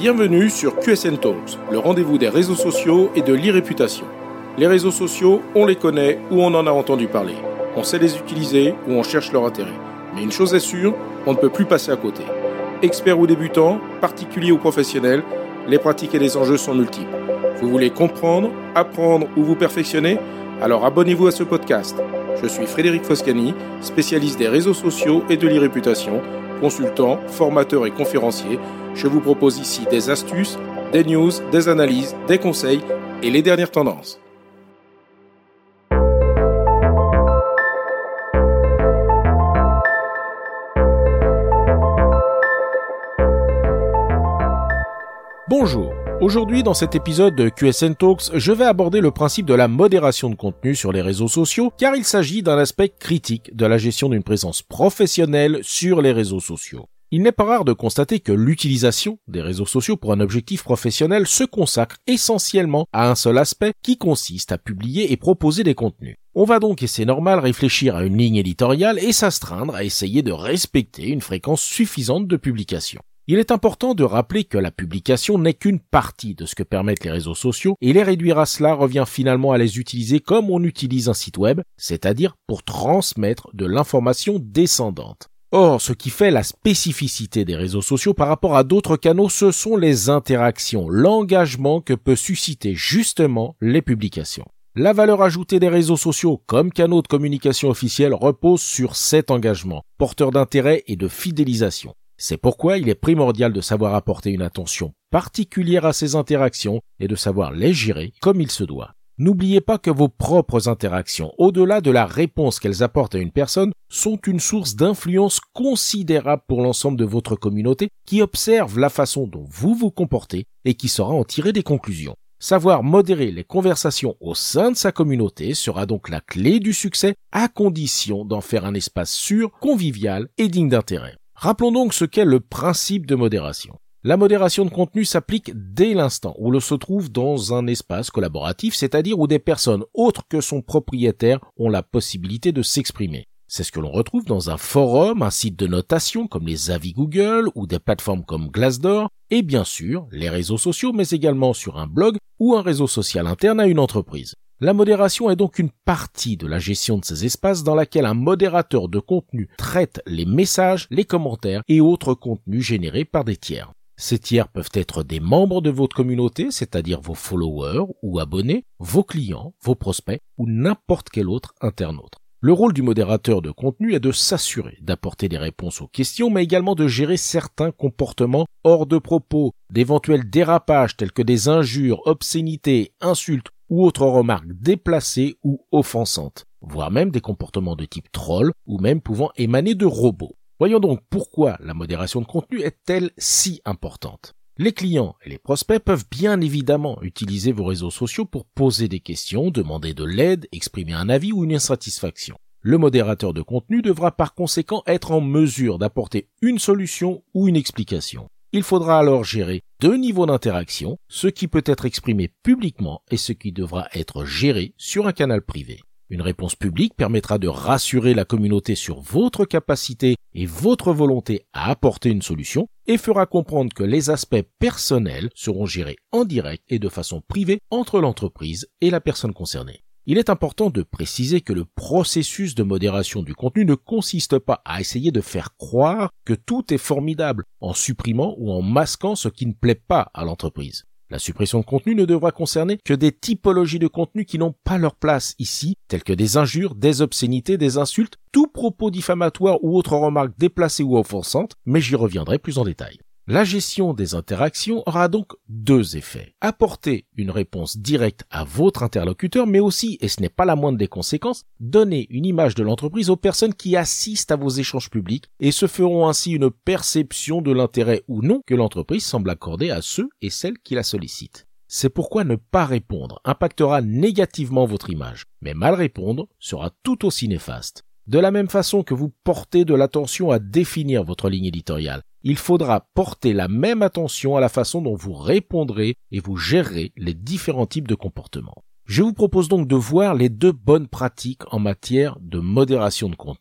Bienvenue sur QSN Talks, le rendez-vous des réseaux sociaux et de l'e-réputation. Les réseaux sociaux, on les connaît ou on en a entendu parler. On sait les utiliser ou on cherche leur intérêt. Mais une chose est sûre, on ne peut plus passer à côté. Experts ou débutants, particuliers ou professionnels, les pratiques et les enjeux sont multiples. Vous voulez comprendre, apprendre ou vous perfectionner ? Alors abonnez-vous à ce podcast. Je suis Frédéric Foscani, spécialiste des réseaux sociaux et de l'e-réputation, consultant, formateur et conférencier. Je vous propose ici des astuces, des news, des analyses, des conseils et les dernières tendances. Bonjour, aujourd'hui dans cet épisode de QSN Talks, je vais aborder le principe de la modération de contenu sur les réseaux sociaux car il s'agit d'un aspect critique de la gestion d'une présence professionnelle sur les réseaux sociaux. Il n'est pas rare de constater que l'utilisation des réseaux sociaux pour un objectif professionnel se consacre essentiellement à un seul aspect qui consiste à publier et proposer des contenus. On va donc, et c'est normal, réfléchir à une ligne éditoriale et s'astreindre à essayer de respecter une fréquence suffisante de publication. Il est important de rappeler que la publication n'est qu'une partie de ce que permettent les réseaux sociaux et les réduire à cela revient finalement à les utiliser comme on utilise un site web, c'est-à-dire pour transmettre de l'information descendante. Or, ce qui fait la spécificité des réseaux sociaux par rapport à d'autres canaux, ce sont les interactions, l'engagement que peut susciter justement les publications. La valeur ajoutée des réseaux sociaux comme canaux de communication officiels repose sur cet engagement, porteur d'intérêt et de fidélisation. C'est pourquoi il est primordial de savoir apporter une attention particulière à ces interactions et de savoir les gérer comme il se doit. N'oubliez pas que vos propres interactions, au-delà de la réponse qu'elles apportent à une personne, sont une source d'influence considérable pour l'ensemble de votre communauté qui observe la façon dont vous vous comportez et qui saura en tirer des conclusions. Savoir modérer les conversations au sein de sa communauté sera donc la clé du succès à condition d'en faire un espace sûr, convivial et digne d'intérêt. Rappelons donc ce qu'est le principe de modération. La modération de contenu s'applique dès l'instant où l'on se trouve dans un espace collaboratif, c'est-à-dire où des personnes autres que son propriétaire ont la possibilité de s'exprimer. C'est ce que l'on retrouve dans un forum, un site de notation comme les avis Google ou des plateformes comme Glassdoor, et bien sûr les réseaux sociaux, mais également sur un blog ou un réseau social interne à une entreprise. La modération est donc une partie de la gestion de ces espaces dans laquelle un modérateur de contenu traite les messages, les commentaires et autres contenus générés par des tiers. Ces tiers peuvent être des membres de votre communauté, c'est-à-dire vos followers ou abonnés, vos clients, vos prospects ou n'importe quel autre internaute. Le rôle du modérateur de contenu est de s'assurer d'apporter des réponses aux questions, mais également de gérer certains comportements hors de propos, d'éventuels dérapages tels que des injures, obscénités, insultes ou autres remarques déplacées ou offensantes, voire même des comportements de type troll ou même pouvant émaner de robots. Voyons donc pourquoi la modération de contenu est-elle si importante. Les clients et les prospects peuvent bien évidemment utiliser vos réseaux sociaux pour poser des questions, demander de l'aide, exprimer un avis ou une insatisfaction. Le modérateur de contenu devra par conséquent être en mesure d'apporter une solution ou une explication. Il faudra alors gérer deux niveaux d'interaction, ce qui peut être exprimé publiquement et ce qui devra être géré sur un canal privé. Une réponse publique permettra de rassurer la communauté sur votre capacité et votre volonté à apporter une solution et fera comprendre que les aspects personnels seront gérés en direct et de façon privée entre l'entreprise et la personne concernée. Il est important de préciser que le processus de modération du contenu ne consiste pas à essayer de faire croire que tout est formidable en supprimant ou en masquant ce qui ne plaît pas à l'entreprise. La suppression de contenu ne devra concerner que des typologies de contenu qui n'ont pas leur place ici, telles que des injures, des obscénités, des insultes, tout propos diffamatoire ou autres remarques déplacées ou offensantes, mais j'y reviendrai plus en détail. La gestion des interactions aura donc deux effets. Apporter une réponse directe à votre interlocuteur, mais aussi, et ce n'est pas la moindre des conséquences, donner une image de l'entreprise aux personnes qui assistent à vos échanges publics et se feront ainsi une perception de l'intérêt ou non que l'entreprise semble accorder à ceux et celles qui la sollicitent. C'est pourquoi ne pas répondre impactera négativement votre image, mais mal répondre sera tout aussi néfaste. De la même façon que vous portez de l'attention à définir votre ligne éditoriale, il faudra porter la même attention à la façon dont vous répondrez et vous gérerez les différents types de comportements. Je vous propose donc de voir les deux bonnes pratiques en matière de modération de contenu.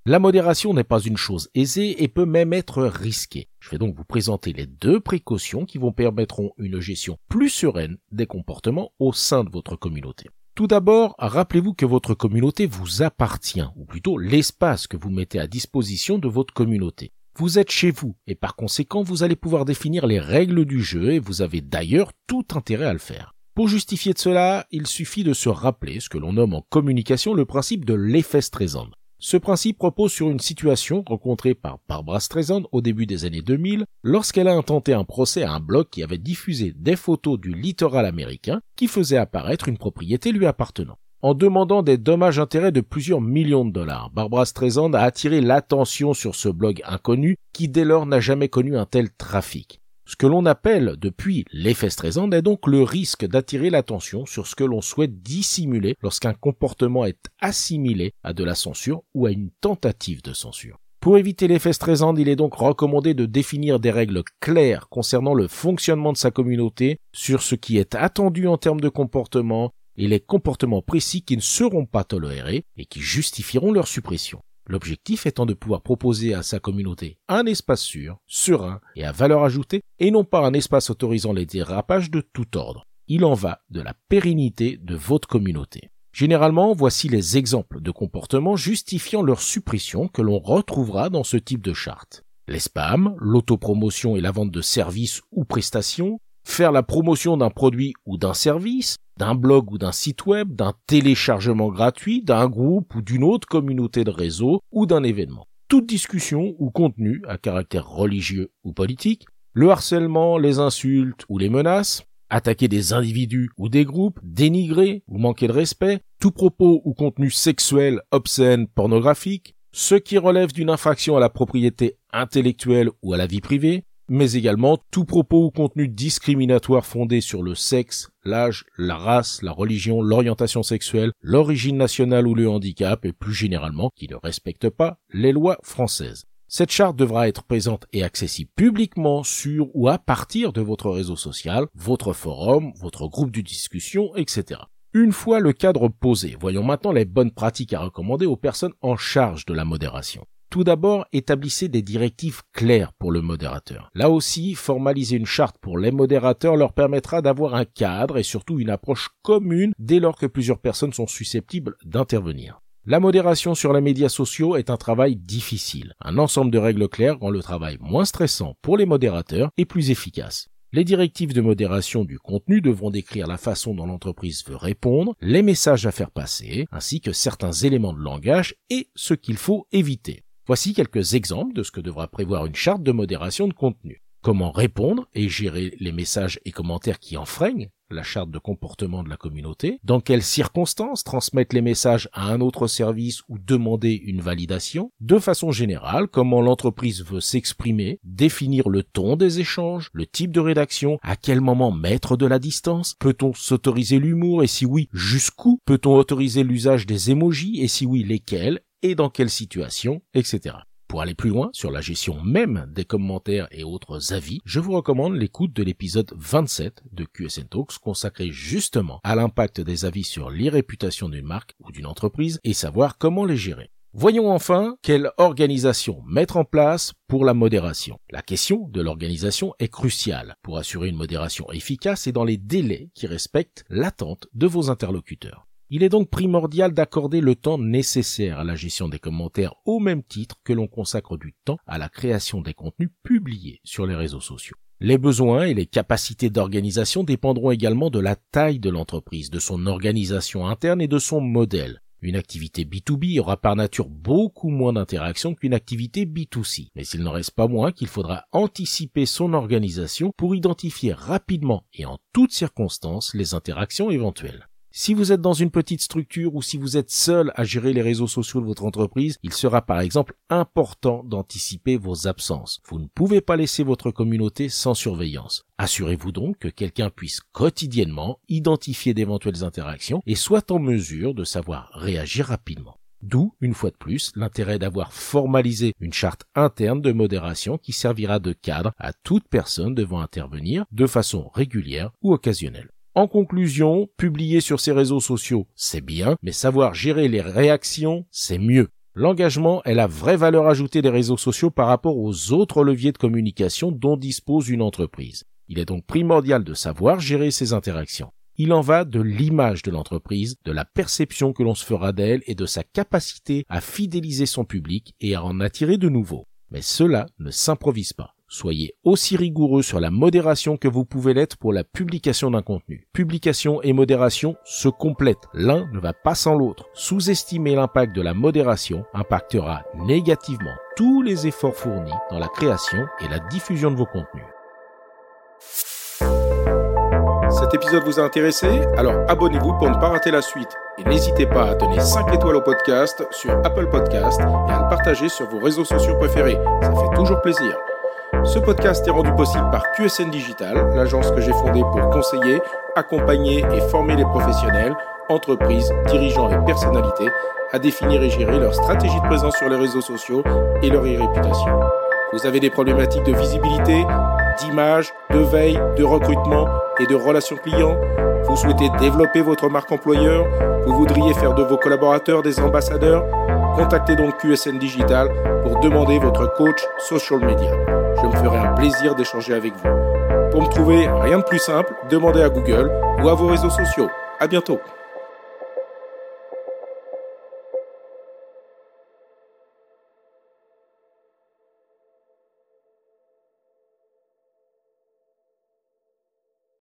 La modération n'est pas une chose aisée et peut même être risquée. Je vais donc vous présenter les 2 précautions qui vous permettront une gestion plus sereine des comportements au sein de votre communauté. Tout d'abord, rappelez-vous que votre communauté vous appartient, ou plutôt l'espace que vous mettez à disposition de votre communauté. Vous êtes chez vous et par conséquent, vous allez pouvoir définir les règles du jeu et vous avez d'ailleurs tout intérêt à le faire. Pour justifier de cela, il suffit de se rappeler ce que l'on nomme en communication le principe de l'effet Streisand. Ce principe repose sur une situation rencontrée par Barbra Streisand au début des années 2000 lorsqu'elle a intenté un procès à un blog qui avait diffusé des photos du littoral américain qui faisait apparaître une propriété lui appartenant. En demandant des dommages-intérêts de plusieurs millions de dollars, Barbra Streisand a attiré l'attention sur ce blog inconnu qui dès lors n'a jamais connu un tel trafic. Ce que l'on appelle depuis l'effet Streisand est donc le risque d'attirer l'attention sur ce que l'on souhaite dissimuler lorsqu'un comportement est assimilé à de la censure ou à une tentative de censure. Pour éviter l'effet Streisand, il est donc recommandé de définir des règles claires concernant le fonctionnement de sa communauté sur ce qui est attendu en termes de comportement et les comportements précis qui ne seront pas tolérés et qui justifieront leur suppression. L'objectif étant de pouvoir proposer à sa communauté un espace sûr, serein et à valeur ajoutée, et non pas un espace autorisant les dérapages de tout ordre. Il en va de la pérennité de votre communauté. Généralement, voici les exemples de comportements justifiant leur suppression que l'on retrouvera dans ce type de charte. Les spams, l'autopromotion et la vente de services ou prestations, faire la promotion d'un produit ou d'un service, d'un blog ou d'un site web, d'un téléchargement gratuit, d'un groupe ou d'une autre communauté de réseau ou d'un événement. Toute discussion ou contenu à caractère religieux ou politique, le harcèlement, les insultes ou les menaces, attaquer des individus ou des groupes, dénigrer ou manquer de respect, tout propos ou contenu sexuel, obscène, pornographique, ce qui relève d'une infraction à la propriété intellectuelle ou à la vie privée, mais également tout propos ou contenu discriminatoire fondé sur le sexe, l'âge, la race, la religion, l'orientation sexuelle, l'origine nationale ou le handicap et plus généralement qui ne respecte pas les lois françaises. Cette charte devra être présente et accessible publiquement sur ou à partir de votre réseau social, votre forum, votre groupe de discussion, etc. Une fois le cadre posé, voyons maintenant les bonnes pratiques à recommander aux personnes en charge de la modération. Tout d'abord, établissez des directives claires pour le modérateur. Là aussi, formaliser une charte pour les modérateurs leur permettra d'avoir un cadre et surtout une approche commune dès lors que plusieurs personnes sont susceptibles d'intervenir. La modération sur les médias sociaux est un travail difficile. Un ensemble de règles claires rend le travail moins stressant pour les modérateurs et plus efficace. Les directives de modération du contenu devront décrire la façon dont l'entreprise veut répondre, les messages à faire passer, ainsi que certains éléments de langage et ce qu'il faut éviter. Voici quelques exemples de ce que devra prévoir une charte de modération de contenu. Comment répondre et gérer les messages et commentaires qui enfreignent la charte de comportement de la communauté, dans quelles circonstances transmettre les messages à un autre service ou demander une validation, de façon générale, comment l'entreprise veut s'exprimer, définir le ton des échanges, le type de rédaction, à quel moment mettre de la distance, peut-on s'autoriser l'humour et si oui, jusqu'où, peut-on autoriser l'usage des emojis et si oui, lesquels, et dans quelles situations, etc. Pour aller plus loin sur la gestion même des commentaires et autres avis, je vous recommande l'écoute de l'épisode 27 de QSN Talks consacré justement à l'impact des avis sur l'irréputation d'une marque ou d'une entreprise et savoir comment les gérer. Voyons enfin quelle organisation mettre en place pour la modération. La question de l'organisation est cruciale pour assurer une modération efficace et dans les délais qui respectent l'attente de vos interlocuteurs. Il est donc primordial d'accorder le temps nécessaire à la gestion des commentaires au même titre que l'on consacre du temps à la création des contenus publiés sur les réseaux sociaux. Les besoins et les capacités d'organisation dépendront également de la taille de l'entreprise, de son organisation interne et de son modèle. Une activité B2B aura par nature beaucoup moins d'interactions qu'une activité B2C, mais il n'en reste pas moins qu'il faudra anticiper son organisation pour identifier rapidement et en toutes circonstances les interactions éventuelles. Si vous êtes dans une petite structure ou si vous êtes seul à gérer les réseaux sociaux de votre entreprise, il sera par exemple important d'anticiper vos absences. Vous ne pouvez pas laisser votre communauté sans surveillance. Assurez-vous donc que quelqu'un puisse quotidiennement identifier d'éventuelles interactions et soit en mesure de savoir réagir rapidement. D'où, une fois de plus, l'intérêt d'avoir formalisé une charte interne de modération qui servira de cadre à toute personne devant intervenir de façon régulière ou occasionnelle. En conclusion, publier sur ces réseaux sociaux, c'est bien, mais savoir gérer les réactions, c'est mieux. L'engagement est la vraie valeur ajoutée des réseaux sociaux par rapport aux autres leviers de communication dont dispose une entreprise. Il est donc primordial de savoir gérer ces interactions. Il en va de l'image de l'entreprise, de la perception que l'on se fera d'elle et de sa capacité à fidéliser son public et à en attirer de nouveaux. Mais cela ne s'improvise pas. Soyez aussi rigoureux sur la modération que vous pouvez l'être pour la publication d'un contenu. Publication et modération se complètent. L'un ne va pas sans l'autre. Sous-estimer l'impact de la modération impactera négativement tous les efforts fournis dans la création et la diffusion de vos contenus. Cet épisode vous a intéressé? Alors abonnez-vous pour ne pas rater la suite. Et n'hésitez pas à donner 5 étoiles au podcast sur Apple Podcast et à le partager sur vos réseaux sociaux préférés. Ça fait toujours plaisir. Ce podcast est rendu possible par QSN Digital, l'agence que j'ai fondée pour conseiller, accompagner et former les professionnels, entreprises, dirigeants et personnalités à définir et gérer leur stratégie de présence sur les réseaux sociaux et leur réputation. Vous avez des problématiques de visibilité, d'image, de veille, de recrutement et de relations clients? Vous souhaitez développer votre marque employeur? Vous voudriez faire de vos collaborateurs des ambassadeurs? Contactez donc QSN Digital pour demander votre coach social media. Je me ferai un plaisir d'échanger avec vous. Pour me trouver, rien de plus simple, demandez à Google ou à vos réseaux sociaux. À bientôt.